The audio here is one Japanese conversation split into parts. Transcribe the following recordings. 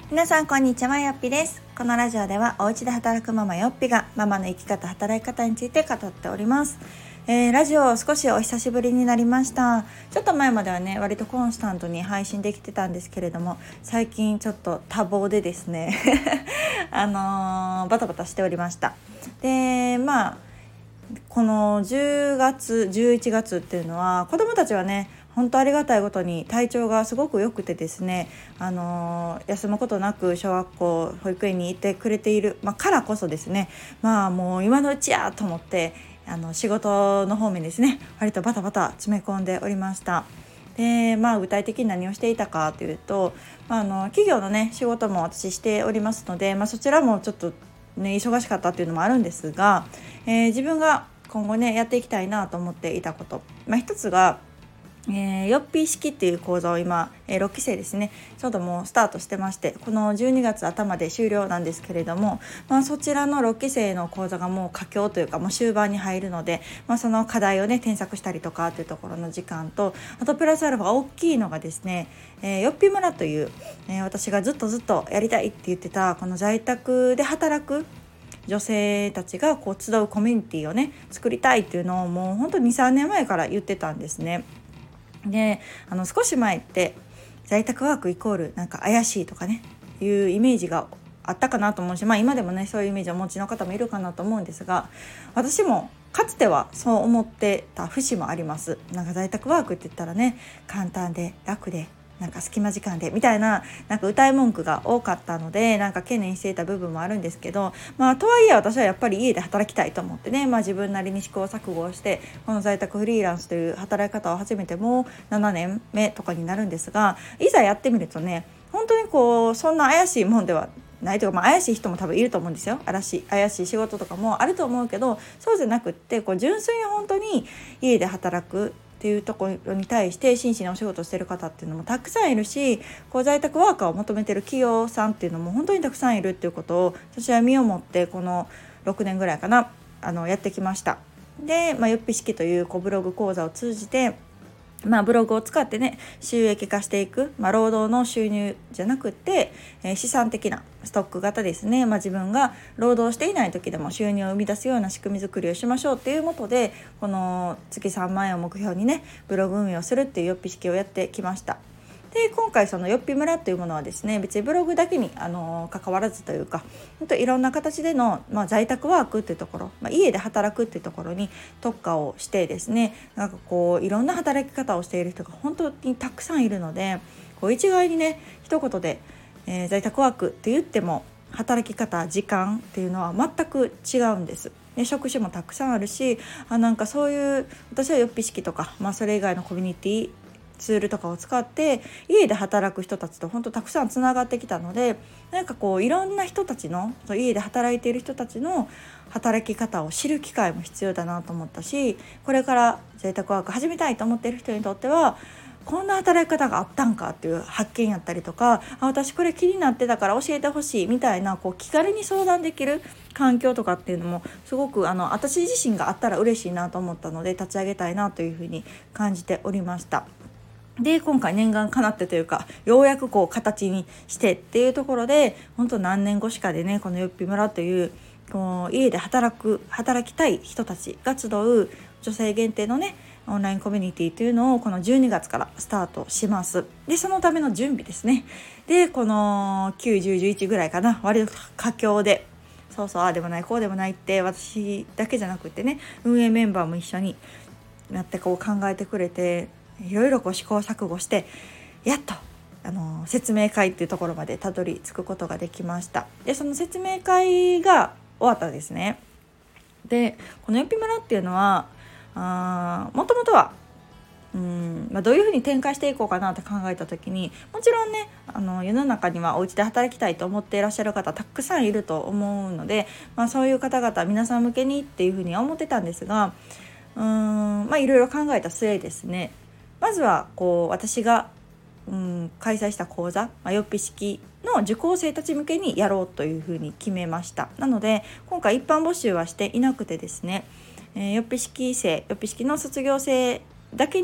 皆さんこんにちは、よっぴです。このラジオではお家で働くママよっぴがママの生き方、働き方について語っております。ラジオ少しお久しぶりになりました。ちょっと前まではね割とコンスタントに配信できてたんですけれども、最近ちょっと多忙でですねバタバタしておりました。でこの10月11月っていうのは子どもたちはね本当ありがたいことに体調がすごく良くてですね、休むことなく小学校保育園に行ってくれている、からこそですね、もう今のうちやと思って仕事の方面ですね割とバタバタ詰め込んでおりました。で具体的に何をしていたかというと、企業のね仕事も私しておりますので、そちらもちょっとね忙しかったっていうのもあるんですが、自分が今後ねやっていきたいなと思っていたこと、一つがよっぴー式っていう講座を今、6期生ですねちょうどもうスタートしてまして、この12月頭で終了なんですけれども、そちらの6期生の講座がもう佳境というかもう終盤に入るので、その課題をね添削したりとかというところの時間と、あとプラスアルファ大きいのがですね、よっぴ村という、私がずっとやりたいって言ってたこの在宅で働く女性たちがこう集うコミュニティをね作りたいっていうのをもう本当に 2,3 年前から言ってたんですね。で少し前って在宅ワークイコールなんか怪しいとかねいうイメージがあったかなと思うし、今でもねそういうイメージをお持ちの方もいるかなと思うんですが、私もかつてはそう思ってた節もあります。なんか在宅ワークって言ったらね簡単で楽でなんか隙間時間でみたいな歌い文句が多かったので懸念していた部分もあるんですけど、とはいえ私はやっぱり家で働きたいと思ってね、自分なりに試行錯誤をしてこの在宅フリーランスという働き方を始めてもう7年目とかになるんですが、いざやってみるとね本当にこうそんな怪しいもんではないというか、怪しい人も多分いると思うんですよ。怪しい仕事とかもあると思うけど、そうじゃなくってこう純粋に本当に家で働くっていうところに対して真摯なお仕事をしている方っていうのもたくさんいるし、こう在宅ワーカーを求めている企業さんっていうのも本当にたくさんいるっていうことを私は身をもってこの6年ぐらいかなやってきました。で、よっぴ式というブログ講座を通じてブログを使ってね収益化していく、労働の収入じゃなくて、資産的なストック型ですね、自分が労働していない時でも収入を生み出すような仕組み作りをしましょうっていうもとで、この月3万円を目標にねブログ運営をするっていうよっぴ式をやってきました。で今回そのよっぴ村というものはですね別にブログだけに関わらずというか、本当いろんな形での、在宅ワークっていうところ、家で働くっていうところに特化をしてですね、いろんな働き方をしている人が本当にたくさんいるので、一概にね一言で、在宅ワークって言っても働き方時間っていうのは全く違うんです。で職種もたくさんあるし、そういう私はよっぴ式とか、それ以外のコミュニティツールとかを使って家で働く人たちと本当たくさんつながってきたので、いろんな人たちの家で働いている人たちの働き方を知る機会も必要だなと思ったし、これから在宅ワーク始めたいと思っている人にとってはこんな働き方があったんかっていう発見やったりとか、私これ気になってたから教えてほしいみたいな気軽に相談できる環境とかっていうのもすごく私自身があったら嬉しいなと思ったので立ち上げたいなというふうに感じておりました。で今回念願かなってというかようやく形にしてっていうところで、本当何年越しかでねこのよっぴ村という家で働きたい人たちが集う女性限定のねオンラインコミュニティというのをこの12月からスタートします。でそのための準備ですね。でこの9、10、11ぐらいかな、割と佳境でああでもないこうでもないって私だけじゃなくってね運営メンバーも一緒になって考えてくれて、いろいろ試行錯誤してやっと説明会っていうところまでたどり着くことができました。でその説明会が終わったんですね。でこのよっぴ村っていうのはもともとはどういうふうに展開していこうかなって考えた時に、もちろんね世の中にはお家で働きたいと思っていらっしゃる方たくさんいると思うので、そういう方々皆さん向けにっていうふうには思ってたんですが、いろいろ考えた末ですね、まずは私が開催した講座、よっぴ式の受講生たち向けにやろうというふうに決めました。なので今回一般募集はしていなくてですね、よっぴ式の卒業生だけに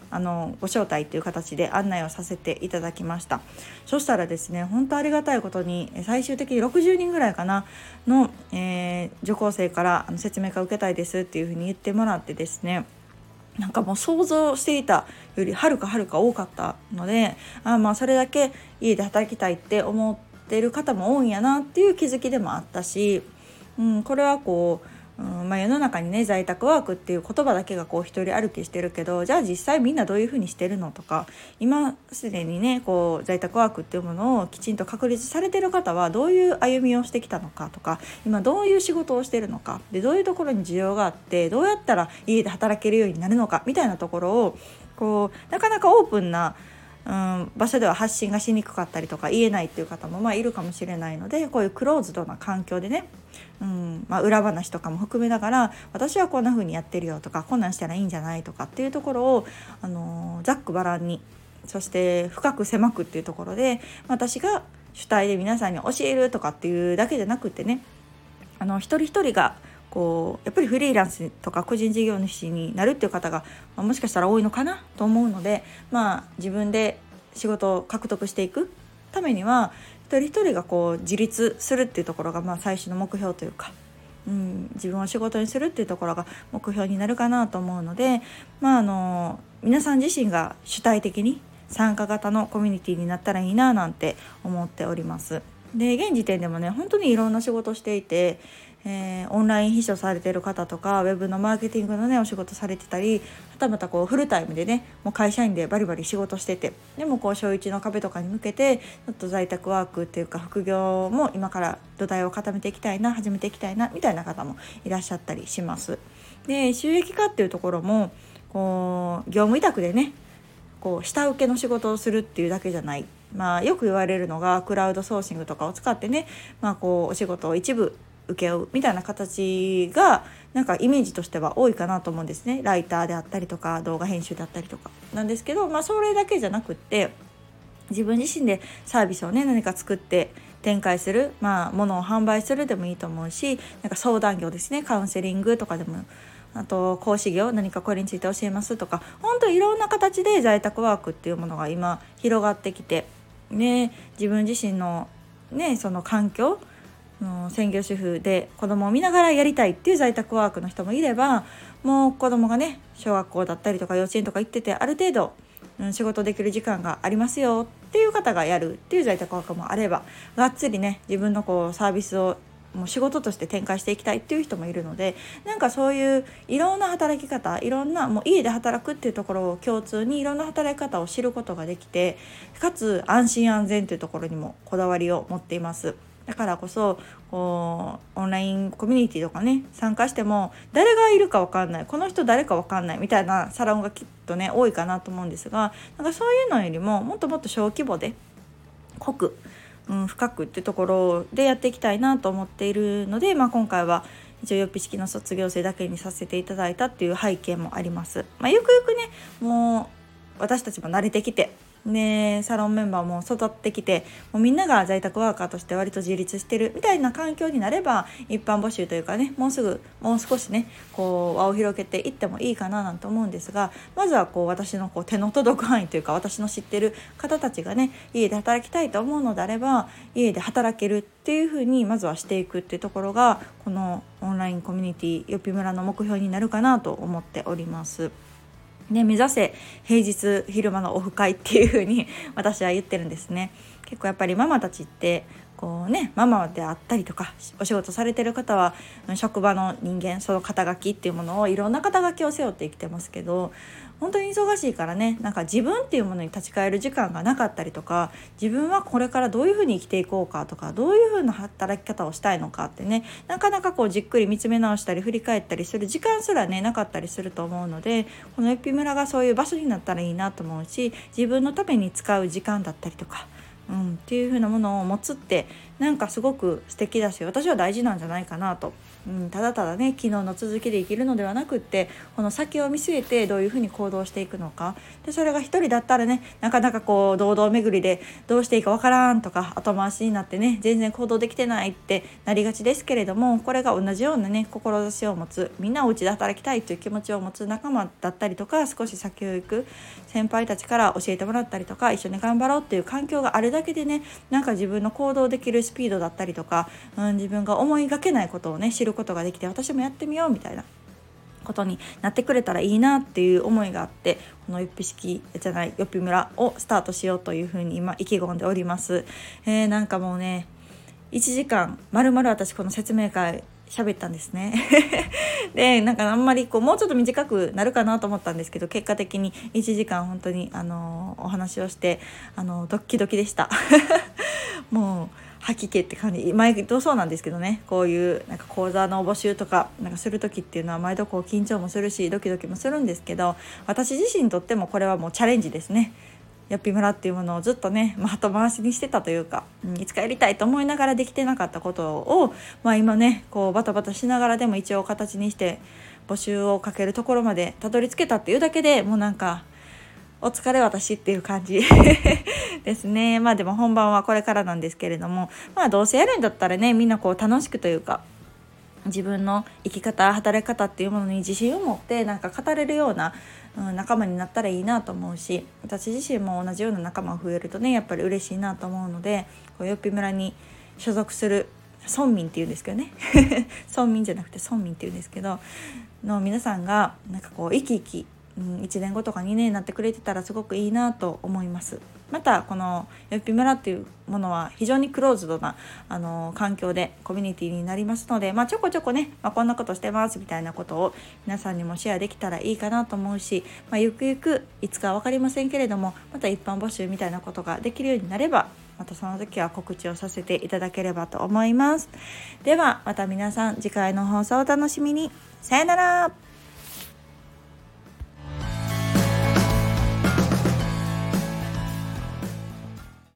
ご招待という形で案内をさせていただきました。そしたらですね、本当ありがたいことに最終的に60人ぐらいかなの、受講生から説明会を受けたいですっていうふうに言ってもらってですね、なんかもう想像していたよりはるか多かったので、それだけ家で働きたいって思っている方も多いんやなっていう気づきでもあったし、これはこう、世の中にね在宅ワークっていう言葉だけがこう一人歩きしてるけど、じゃあ実際みんなどういうふうにしてるのとか、今すでにねこう在宅ワークっていうものをきちんと確立されてる方はどういう歩みをしてきたのかとか、今どういう仕事をしてるのかで、どういうところに需要があってどうやったら家で働けるようになるのかみたいなところをこうなかなかオープンな場所では発信がしにくかったりとか言えないっていう方もいるかもしれないので、こういうクローズドな環境でね、裏話とかも含めながら、私はこんな風にやってるよとか、こんなんしたらいいんじゃないとかっていうところを、ざっくばらんに、そして深く狭くっていうところで私が主体で皆さんに教えるとかっていうだけじゃなくてね、一人一人がこうやっぱりフリーランスとか個人事業主になるっていう方が、もしかしたら多いのかなと思うので、自分で仕事を獲得していくためには一人一人がこう自立するっていうところが最初の目標というか、自分を仕事にするっていうところが目標になるかなと思うので、皆さん自身が主体的に参加型のコミュニティになったらいいななんて思っております。で現時点でもね本当にいろんな仕事をしていて、オンライン秘書されている方とかウェブのマーケティングのねお仕事されてたり、はたまたこうフルタイムでねもう会社員でバリバリ仕事してて、でもこう小1の壁とかに向けてちょっと在宅ワークっていうか副業も今から土台を固めていきたいな、始めていきたいなみたいな方もいらっしゃったりします。で収益化っていうところもこう業務委託でねこう下請けの仕事をするっていうだけじゃない、よく言われるのがクラウドソーシングとかを使ってね、こうお仕事を一部請け負うみたいな形がなんかイメージとしては多いかなと思うんですね。ライターであったりとか動画編集だったりとかなんですけど、それだけじゃなくって自分自身でサービスをね何か作って展開する、物を販売するでもいいと思うし、なんか相談業ですね、カウンセリングとかでも、あと講師業、何かこれについて教えますとか、本当いろんな形で在宅ワークっていうものが今広がってきてね、自分自身のねその環境、専業主婦で子供を見ながらやりたいっていう在宅ワークの人もいれば、もう子供がね小学校だったりとか幼稚園とか行っててある程度、仕事できる時間がありますよっていう方がやるっていう在宅ワークもあれば、がっつりね自分のこうサービスをもう仕事として展開していきたいっていう人もいるので、なんかそういういろんな働き方、いろんなもう家で働くっていうところを共通にいろんな働き方を知ることができて、かつ安心安全というところにもこだわりを持っています。だからこそこうオンラインコミュニティとかね参加しても誰がいるか分かんない、この人誰か分かんないみたいなサロンがきっとね多いかなと思うんですが、なんかそういうのよりももっともっと小規模で濃く、深くってところでやっていきたいなと思っているので、今回は一応よっぴ式の卒業生だけにさせていただいたっていう背景もあります。よくよくねもう私たちも慣れてきてね、サロンメンバーも育ってきて、もうみんなが在宅ワーカーとして割と自立してるみたいな環境になれば、一般募集というかねもう少しねこう輪を広げていってもいいかななんて思うんですが、まずはこう私のこう手の届く範囲というか、私の知ってる方たちがね家で働きたいと思うのであれば家で働けるっていう風にまずはしていくっていうところが、このオンラインコミュニティよっぴ村の目標になるかなと思っております。目指せ平日昼間のオフ会っていう風に私は言ってるんですね。結構やっぱりママたちってこうね、ママであったりとかお仕事されてる方は職場の人間、その肩書きっていうものをいろんな肩書きを背負って生きてますけど、本当に忙しいからね、なんか自分っていうものに立ち返る時間がなかったりとか、自分はこれからどういうふうに生きていこうかとか、どういうふうな働き方をしたいのかってね、なかなかこうじっくり見つめ直したり振り返ったりする時間すらねなかったりすると思うので、このエピ村がそういう場所になったらいいなと思うし、自分のために使う時間だったりとかっていう風なものを持つってなんかすごく素敵だし、私は大事なんじゃないかなとただただね昨日の続きで生きるのではなくって、この先を見据えてどういうふうに行動していくのかで、それが一人だったらねなかなかこう堂々巡りでどうしていいかわからんとか後回しになってね全然行動できてないってなりがちですけれども、これが同じようなね志を持つ、みんなお家で働きたいという気持ちを持つ仲間だったりとか、少し先を行く先輩たちから教えてもらったりとか一緒に頑張ろうっていう環境があるだけでね、なんか自分の行動できるスピードだったりとか、自分が思いがけないことをね知ることができて、私もやってみようみたいなことになってくれたらいいなっていう思いがあって、このよっぴ村をスタートしようというふうに今意気込んでおります。なんかもうね1時間丸々私この説明会喋ったんですねでなんかあんまりもうちょっと短くなるかなと思ったんですけど、結果的に1時間本当にお話をしてドッキドキでしたもう吐き気って感じ、毎度そうなんですけどね、こういうなんか講座の募集とかなんかする時っていうのは毎度緊張もするしドキドキもするんですけど、私自身にとってもこれはもうチャレンジですね。よっぴ村っていうものをずっとね、後回しにしてたというか、いつかやりたいと思いながらできてなかったことを、今ねバタバタしながらでも一応形にして募集をかけるところまでたどり着けたっていうだけでもうなんかお疲れ私っていう感じですね。でも本番はこれからなんですけれども、どうせやるんだったらねみんな楽しくというか、自分の生き方働き方っていうものに自信を持ってなんか語れるような、仲間になったらいいなと思うし、私自身も同じような仲間が増えるとねやっぱり嬉しいなと思うので、よっぴ村に所属する村民っていうんですけどね村民じゃなくて村民っていうんですけどの皆さんがなんか生き生き、1年後とか2年になってくれてたらすごくいいなと思います。またこのよっぴ村っていうものは非常にクローズドな環境でコミュニティになりますので、ちょこちょこね、こんなことしてますみたいなことを皆さんにもシェアできたらいいかなと思うし、ゆくゆくいつかは分かりませんけれども、また一般募集みたいなことができるようになればまたその時は告知をさせていただければと思います。ではまた皆さん次回の放送をお楽しみに。さよなら。